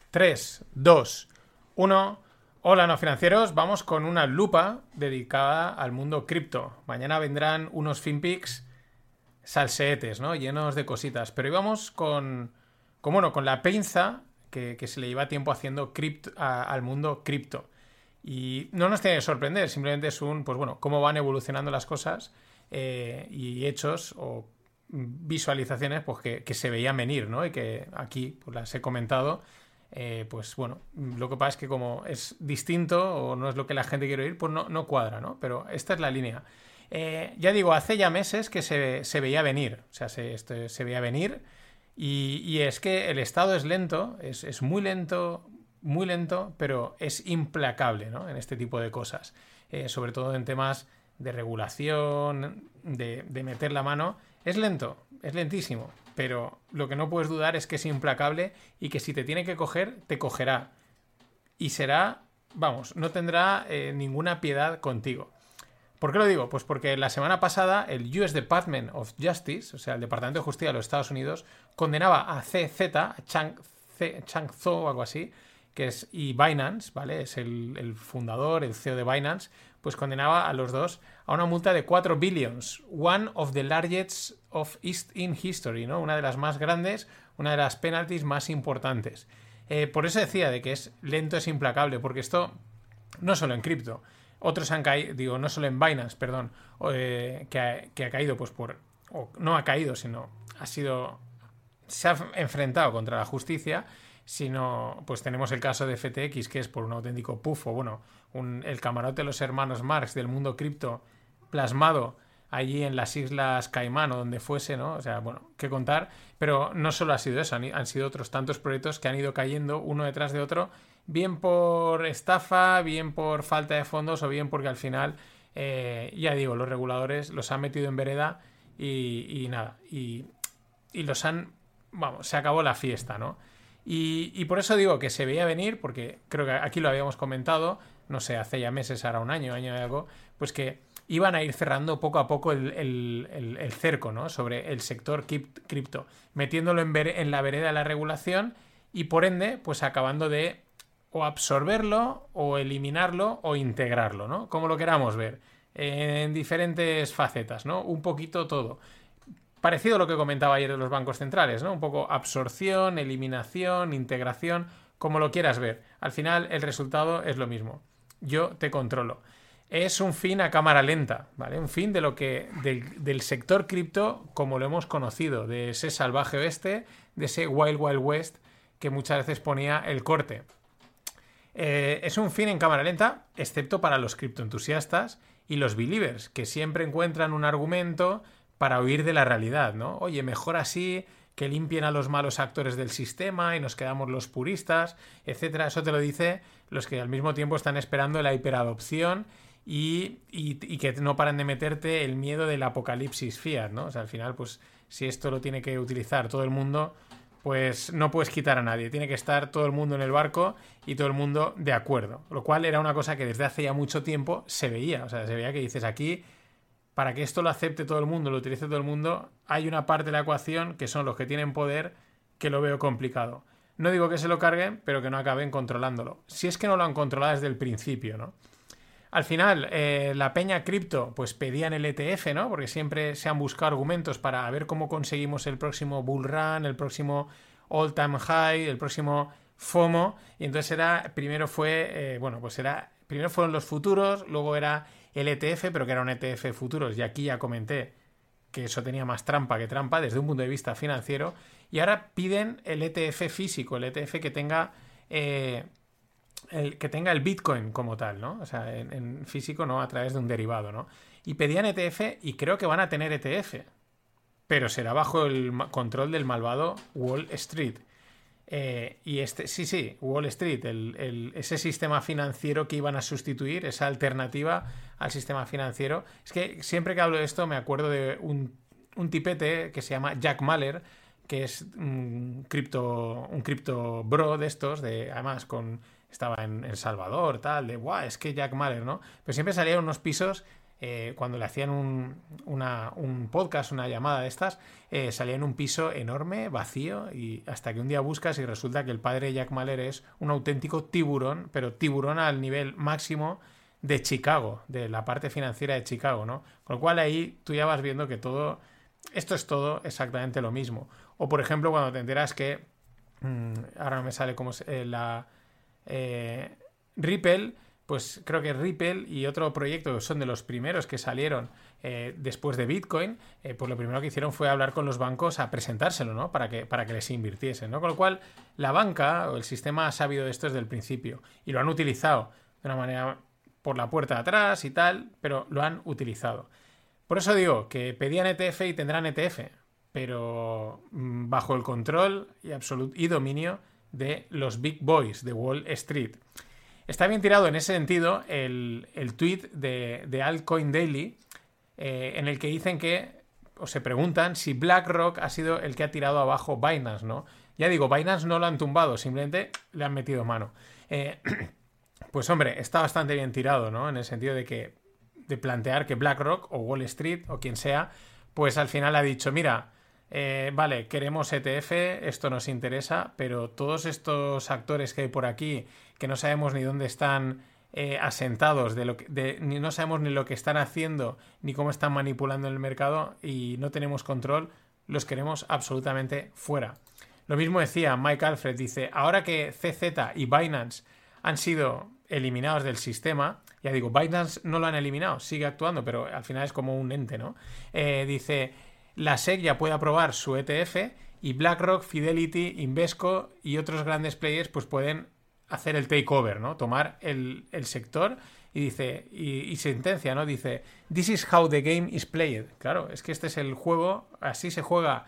3, 2, 1. Hola, no financieros. Vamos con una lupa dedicada al mundo cripto. Mañana vendrán unos FinPix salseetes, ¿no? Llenos de cositas. Pero íbamos con la pinza que se le lleva tiempo haciendo al mundo cripto. Y no nos tiene que sorprender, simplemente es cómo van evolucionando las cosas y hechos o visualizaciones pues que se veían venir, ¿no? Y que aquí pues las he comentado. Lo que pasa es que como es distinto o no es lo que la gente quiere oír, pues no cuadra, ¿no? Pero esta es la línea. Ya digo, hace ya meses que se veía venir, o sea, se veía venir y es que el estado es lento, es muy lento, pero es implacable, ¿no? En este tipo de cosas, sobre todo en temas de regulación, de meter la mano. Es lento, es lentísimo, pero lo que no puedes dudar es que es implacable y que si te tiene que coger, te cogerá. Y será, no tendrá ninguna piedad contigo. ¿Por qué lo digo? Pues porque la semana pasada el US Department of Justice, o sea, el Departamento de Justicia de los Estados Unidos, condenaba a CZ, a Chang Zhou o algo así, y Binance, ¿vale? Es el fundador, el CEO de Binance, pues condenaba a los dos a una multa de 4 billions, one of the largest in history, ¿no? Una de las más grandes, una de las penalties más importantes. Por eso decía de que es lento, es implacable, porque esto no solo en cripto, otros han caído, no solo en Binance, perdón, que ha caído no ha caído, sino se ha enfrentado contra la justicia, sino pues tenemos el caso de FTX, que es por un auténtico pufo, el camarote de los hermanos Marx del mundo cripto plasmado allí en las Islas Caimán o donde fuese, ¿no? O sea, qué contar, pero no solo ha sido eso, han sido otros tantos proyectos que han ido cayendo uno detrás de otro, bien por estafa, bien por falta de fondos o bien porque al final, ya digo, los reguladores los han metido en vereda y nada, y los han, se acabó la fiesta, ¿no? Y por eso digo que se veía venir, porque creo que aquí lo habíamos comentado, no sé, hace ya meses, ahora un año y algo, pues que iban a ir cerrando poco a poco el cerco, ¿no? Sobre el sector cripto, metiéndolo en la vereda de la regulación y por ende, pues acabando de o absorberlo, o eliminarlo, o integrarlo, ¿no? Como lo queramos ver, en diferentes facetas, ¿no? Un poquito todo. Parecido a lo que comentaba ayer de los bancos centrales, ¿no? Un poco absorción, eliminación, integración, como lo quieras ver. Al final el resultado es lo mismo. Yo te controlo. Es un fin a cámara lenta, ¿vale? Un fin de del sector cripto como lo hemos conocido, de ese salvaje oeste, de ese Wild Wild West que muchas veces ponía el corte. Es un fin en cámara lenta, excepto para los criptoentusiastas y los believers, que siempre encuentran un argumento para huir de la realidad, ¿no? Oye, mejor así, que limpien a los malos actores del sistema y nos quedamos los puristas, etcétera. Eso te lo dice los que al mismo tiempo están esperando la hiperadopción y que no paran de meterte el miedo del apocalipsis fiat, ¿no? O sea, al final, pues, si esto lo tiene que utilizar todo el mundo, pues no puedes quitar a nadie. Tiene que estar todo el mundo en el barco y todo el mundo de acuerdo. Lo cual era una cosa que desde hace ya mucho tiempo se veía. O sea, se veía que dices aquí, para que esto lo acepte todo el mundo, lo utilice todo el mundo, hay una parte de la ecuación que son los que tienen poder, que lo veo complicado. No digo que se lo carguen, pero que no acaben controlándolo. Si es que no lo han controlado desde el principio, ¿no? Al final, la peña cripto, pues pedían el ETF, ¿no? Porque siempre se han buscado argumentos para ver cómo conseguimos el próximo bull run, el próximo all time high, el próximo FOMO. Y entonces primero fueron los futuros, luego era el ETF, pero que era un ETF futuros. Y aquí ya comenté que eso tenía más trampa que trampa desde un punto de vista financiero. Y ahora piden el ETF físico, el ETF que tenga el Bitcoin como tal, ¿no? O sea, en físico, no a través de un derivado, ¿no? Y pedían ETF y creo que van a tener ETF, pero será bajo el control del malvado Wall Street. Wall Street, ese sistema financiero que iban a sustituir, esa alternativa al sistema financiero. Es que siempre que hablo de esto me acuerdo de un tipete que se llama Jack Mallers, que es un cripto bro de estos, además estaba en El Salvador, tal, es que Jack Mallers, ¿no? Pero siempre salían unos pisos cuando le hacían un podcast, una llamada de estas, salía en un piso enorme, vacío, y hasta que un día buscas y resulta que el padre de Jack Mallers es un auténtico tiburón, pero tiburón al nivel máximo de Chicago, de la parte financiera de Chicago, ¿no? Con lo cual ahí tú ya vas viendo que esto es todo exactamente lo mismo. O por ejemplo cuando te enteras que ahora no me sale cómo es Ripple, pues creo que Ripple y otro proyecto que son de los primeros que salieron después de Bitcoin, pues lo primero que hicieron fue hablar con los bancos a presentárselo, ¿no? Para que les invirtiesen, ¿no? Con lo cual la banca o el sistema ha sabido de esto desde el principio y lo han utilizado de una manera por la puerta de atrás y tal, pero lo han utilizado. Por eso digo que pedían ETF y tendrán ETF, pero bajo el control y dominio de los big boys de Wall Street. Está bien tirado en ese sentido el tweet de Altcoin Daily, en el que dicen o se preguntan si BlackRock ha sido el que ha tirado abajo Binance, ¿no? Ya digo, Binance no lo han tumbado, simplemente le han metido mano. Pues hombre, está bastante bien tirado, ¿no? En el sentido de plantear que BlackRock o Wall Street o quien sea, pues al final ha dicho, mira, vale, queremos ETF, esto nos interesa, pero todos estos actores que hay por aquí, que no sabemos ni dónde están asentados, no sabemos ni lo que están haciendo, ni cómo están manipulando el mercado y no tenemos control, los queremos absolutamente fuera. Lo mismo decía Mike Alfred, dice, ahora que CZ y Binance han sido eliminados del sistema, ya digo, Binance no lo han eliminado, sigue actuando, pero al final es como un ente, ¿no? Dice, la SEC ya puede aprobar su ETF y BlackRock, Fidelity, Invesco y otros grandes players pues pueden hacer el takeover, ¿no? Tomar el sector y dice, y sentencia, ¿no? Dice, this is how the game is played. Claro, es que este es el juego, así se juega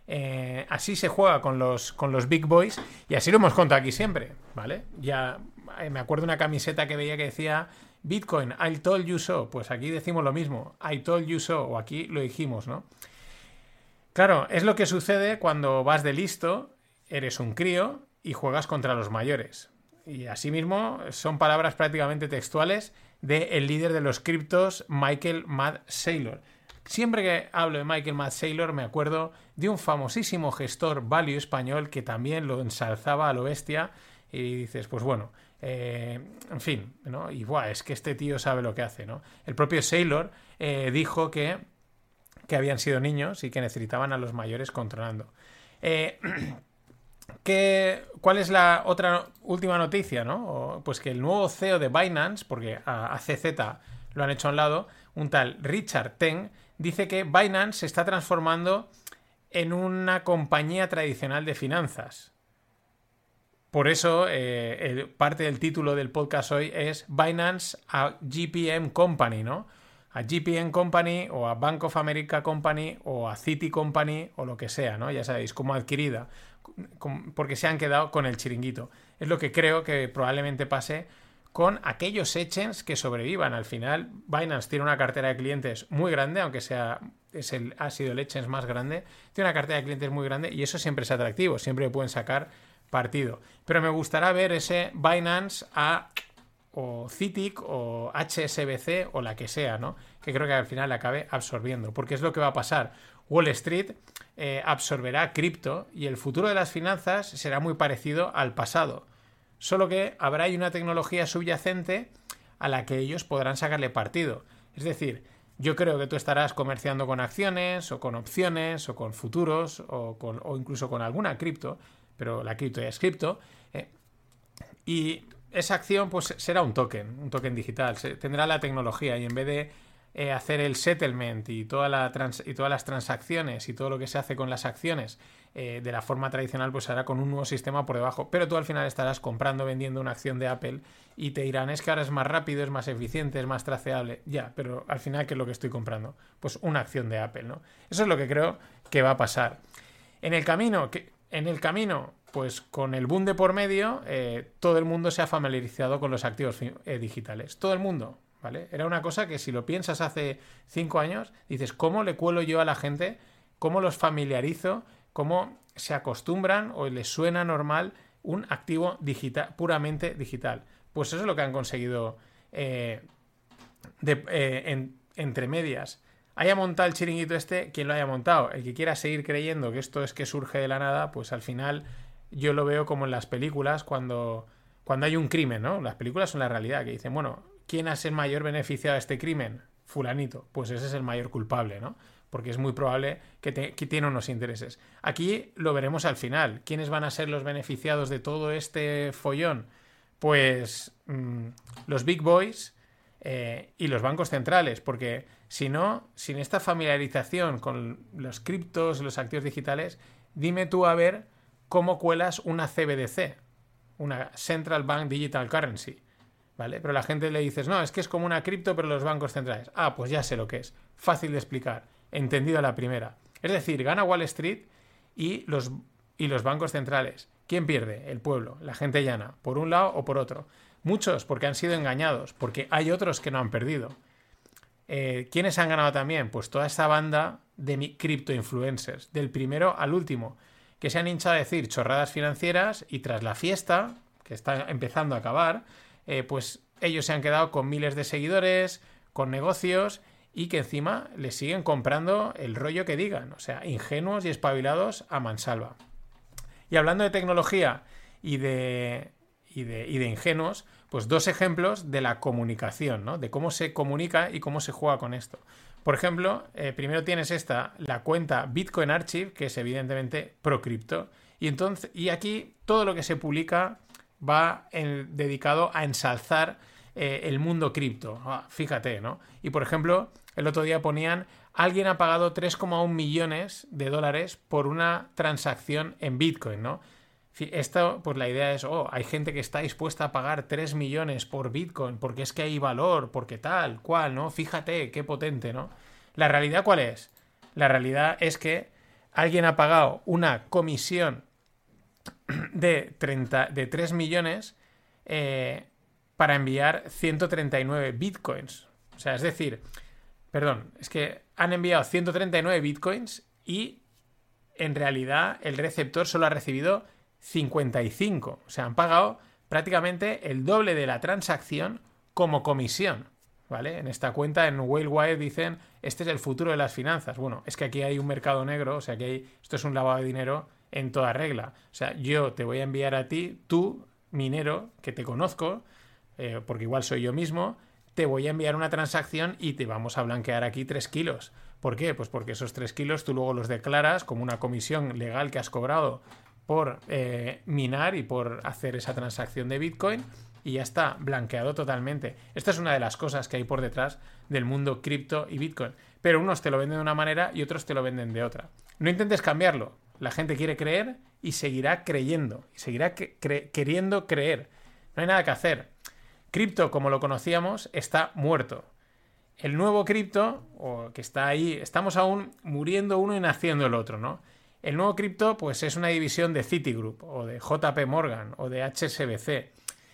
con los big boys y así lo hemos contado aquí siempre, ¿vale? Ya me acuerdo de una camiseta que veía que decía Bitcoin, I told you so. Pues aquí decimos lo mismo, I told you so, o aquí lo dijimos, ¿no? Claro, es lo que sucede cuando vas de listo, eres un crío y juegas contra los mayores. Y asimismo son palabras prácticamente textuales del líder de los criptos, Michael Mad Saylor. Siempre que hablo de Michael Mad Saylor me acuerdo de un famosísimo gestor value español que también lo ensalzaba a lo bestia y dices, pues bueno, en fin, ¿no? Y es que este tío sabe lo que hace, ¿no? El propio Saylor dijo que habían sido niños y que necesitaban a los mayores controlando. ¿Cuál es la otra última noticia, ¿no? Pues que el nuevo CEO de Binance, porque a CZ lo han hecho a un lado, un tal Richard Teng, dice que Binance se está transformando en una compañía tradicional de finanzas. Por eso, parte del título del podcast hoy es Binance a GPM Company, ¿no? A GPM Company o a Bank of America Company o a Citi Company o lo que sea, ¿no? Ya sabéis, como adquirida, porque se han quedado con el chiringuito. Es lo que creo que probablemente pase con aquellos exchanges que sobrevivan. Al final, Binance tiene una cartera de clientes muy grande, aunque ha sido el exchange más grande, tiene una cartera de clientes muy grande y eso siempre es atractivo, siempre pueden sacar partido. Pero me gustará ver ese Binance o Citic o HSBC o la que sea, ¿no? Que creo que al final la acabe absorbiendo, porque es lo que va a pasar. Wall Street absorberá cripto y el futuro de las finanzas será muy parecido al pasado, solo que habrá ahí una tecnología subyacente a la que ellos podrán sacarle partido. Es decir, yo creo que tú estarás comerciando con acciones o con opciones o con futuros o incluso con alguna cripto, pero la cripto ya es cripto, y esa acción pues será un token digital, tendrá la tecnología y en vez de hacer el settlement y todas las transacciones y todo lo que se hace con las acciones de la forma tradicional, pues se hará con un nuevo sistema por debajo, pero tú al final estarás comprando, vendiendo una acción de Apple y te dirán, es que ahora es más rápido, es más eficiente, es más traceable, ya, pero al final, ¿qué es lo que estoy comprando? Pues una acción de Apple, ¿no? Eso es lo que creo que va a pasar. En el camino, pues con el boom de por medio, todo el mundo se ha familiarizado con los activos digitales. Todo el mundo, ¿vale? Era una cosa que si lo piensas hace 5 años, dices, ¿cómo le cuelo yo a la gente? ¿Cómo los familiarizo? ¿Cómo se acostumbran o les suena normal un activo digital, puramente digital? Pues eso es lo que han conseguido en entre medias haya montado el chiringuito este, quien lo haya montado. El que quiera seguir creyendo que esto es que surge de la nada, pues al final yo lo veo como en las películas cuando hay un crimen, ¿no? Las películas son la realidad, que dicen, bueno, ¿quién es el mayor beneficiado de este crimen? Fulanito. Pues ese es el mayor culpable, ¿no? Porque es muy probable que tiene unos intereses. Aquí lo veremos al final. ¿Quiénes van a ser los beneficiados de todo este follón? Pues los big boys y los bancos centrales, porque si no, sin esta familiarización con los criptos, los activos digitales, dime tú a ver cómo cuelas una CBDC, una Central Bank Digital Currency, ¿vale? Pero la gente le dices, no, es que es como una cripto, pero los bancos centrales. Ah, pues ya sé lo que es. Fácil de explicar. Entendido a la primera. Es decir, gana Wall Street y los bancos centrales. ¿Quién pierde? El pueblo, la gente llana, por un lado o por otro. Muchos porque han sido engañados, porque hay otros que no han perdido. ¿Quiénes han ganado también? Pues toda esta banda de cripto influencers, del primero al último, que se han hinchado a decir chorradas financieras y tras la fiesta, que está empezando a acabar, pues ellos se han quedado con miles de seguidores, con negocios y que encima les siguen comprando el rollo que digan. O sea, ingenuos y espabilados a mansalva. Y hablando de tecnología y de ingenuos, pues dos ejemplos de la comunicación, ¿no? De cómo se comunica y cómo se juega con esto. Por ejemplo, primero tienes la cuenta Bitcoin Archive, que es evidentemente pro cripto, y aquí todo lo que se publica va dedicado a ensalzar el mundo cripto. Fíjate, ¿no? Y por ejemplo, el otro día ponían, alguien ha pagado 3,1 millones de dólares por una transacción en Bitcoin, ¿no? Esto, pues la idea es, hay gente que está dispuesta a pagar 3 millones por Bitcoin porque es que hay valor, porque tal, cual, ¿no? Fíjate, qué potente, ¿no? ¿La realidad cuál es? La realidad es que alguien ha pagado una comisión de 3 millones para enviar 139 Bitcoins. O sea, es decir, perdón, es que han enviado 139 Bitcoins y en realidad el receptor solo ha recibido 55. O sea, han pagado prácticamente el doble de la transacción como comisión, ¿vale? En esta cuenta, en Whalewire, dicen, este es el futuro de las finanzas. Bueno, es que aquí hay un mercado negro, o sea, que esto es un lavado de dinero en toda regla. O sea, yo te voy a enviar a ti, tú, minero, que te conozco, porque igual soy yo mismo, te voy a enviar una transacción y te vamos a blanquear aquí 3 kilos. ¿Por qué? Pues porque esos 3 kilos tú luego los declaras como una comisión legal que has cobrado por minar y por hacer esa transacción de Bitcoin y ya está, blanqueado totalmente. Esta es una de las cosas que hay por detrás del mundo cripto y Bitcoin. Pero unos te lo venden de una manera y otros te lo venden de otra. No intentes cambiarlo. La gente quiere creer y seguirá creyendo. Y seguirá queriendo creer. No hay nada que hacer. Cripto, como lo conocíamos, está muerto. El nuevo cripto, que está ahí, estamos aún muriendo uno y naciendo el otro, ¿no? El nuevo cripto, pues es una división de Citigroup, o de JP Morgan, o de HSBC.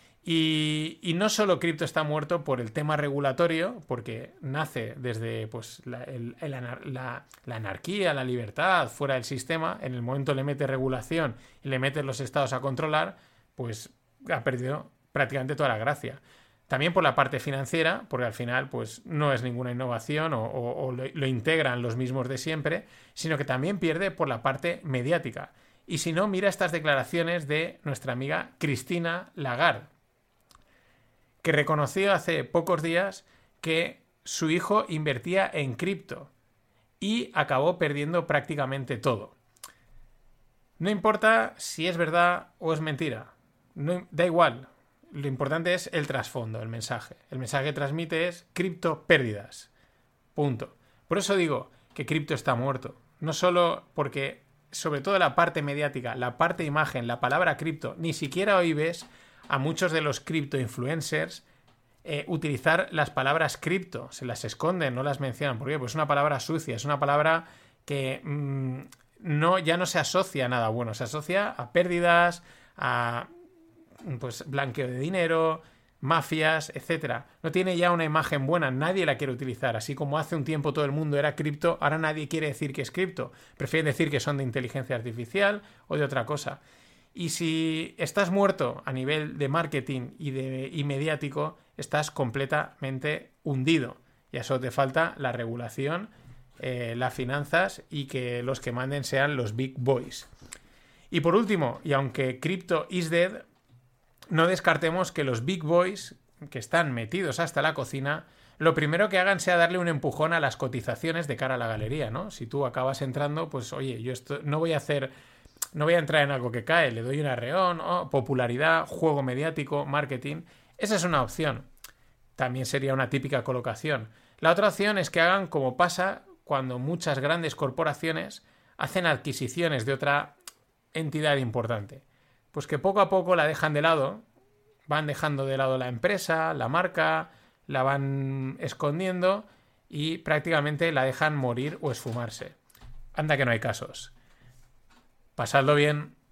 Y no solo cripto está muerto por el tema regulatorio, porque nace desde pues, la anarquía, la libertad, fuera del sistema. En el momento le mete regulación y le meten los estados a controlar, pues ha perdido prácticamente toda la gracia. También por la parte financiera, porque al final pues no es ninguna innovación o lo integran los mismos de siempre, sino que también pierde por la parte mediática. Y si no, mira estas declaraciones de nuestra amiga Christine Lagarde, que reconoció hace pocos días que su hijo invertía en cripto y acabó perdiendo prácticamente todo. No importa si es verdad o es mentira, no, da igual. Lo importante es el trasfondo, el mensaje. El mensaje que transmite es cripto pérdidas. Punto. Por eso digo que cripto está muerto. No solo porque, sobre todo la parte mediática, la parte imagen, la palabra cripto, ni siquiera hoy ves a muchos de los cripto influencers utilizar las palabras cripto. Se las esconden, no las mencionan. ¿Por qué? Pues es una palabra sucia, es una palabra que ya no se asocia a nada bueno. Se asocia a pérdidas, a pues blanqueo de dinero, mafias, etcétera. No tiene ya una imagen buena, nadie la quiere utilizar. Así como hace un tiempo todo el mundo era cripto, ahora nadie quiere decir que es cripto. Prefieren decir que son de inteligencia artificial o de otra cosa. Y si estás muerto a nivel de marketing y mediático, estás completamente hundido. Y a eso te falta la regulación, las finanzas y que los que manden sean los big boys. Y por último, y aunque crypto is dead, no descartemos que los big boys, que están metidos hasta la cocina, lo primero que hagan sea darle un empujón a las cotizaciones de cara a la galería, ¿no? Si tú acabas entrando, pues oye, yo no voy a entrar en algo que cae, le doy un arreón, popularidad, juego mediático, marketing. Esa es una opción. También sería una típica colocación. La otra opción es que hagan como pasa cuando muchas grandes corporaciones hacen adquisiciones de otra entidad importante. Pues que poco a poco la dejan de lado, van dejando de lado la empresa, la marca, la van escondiendo y prácticamente la dejan morir o esfumarse. Anda que no hay casos. Pasadlo bien.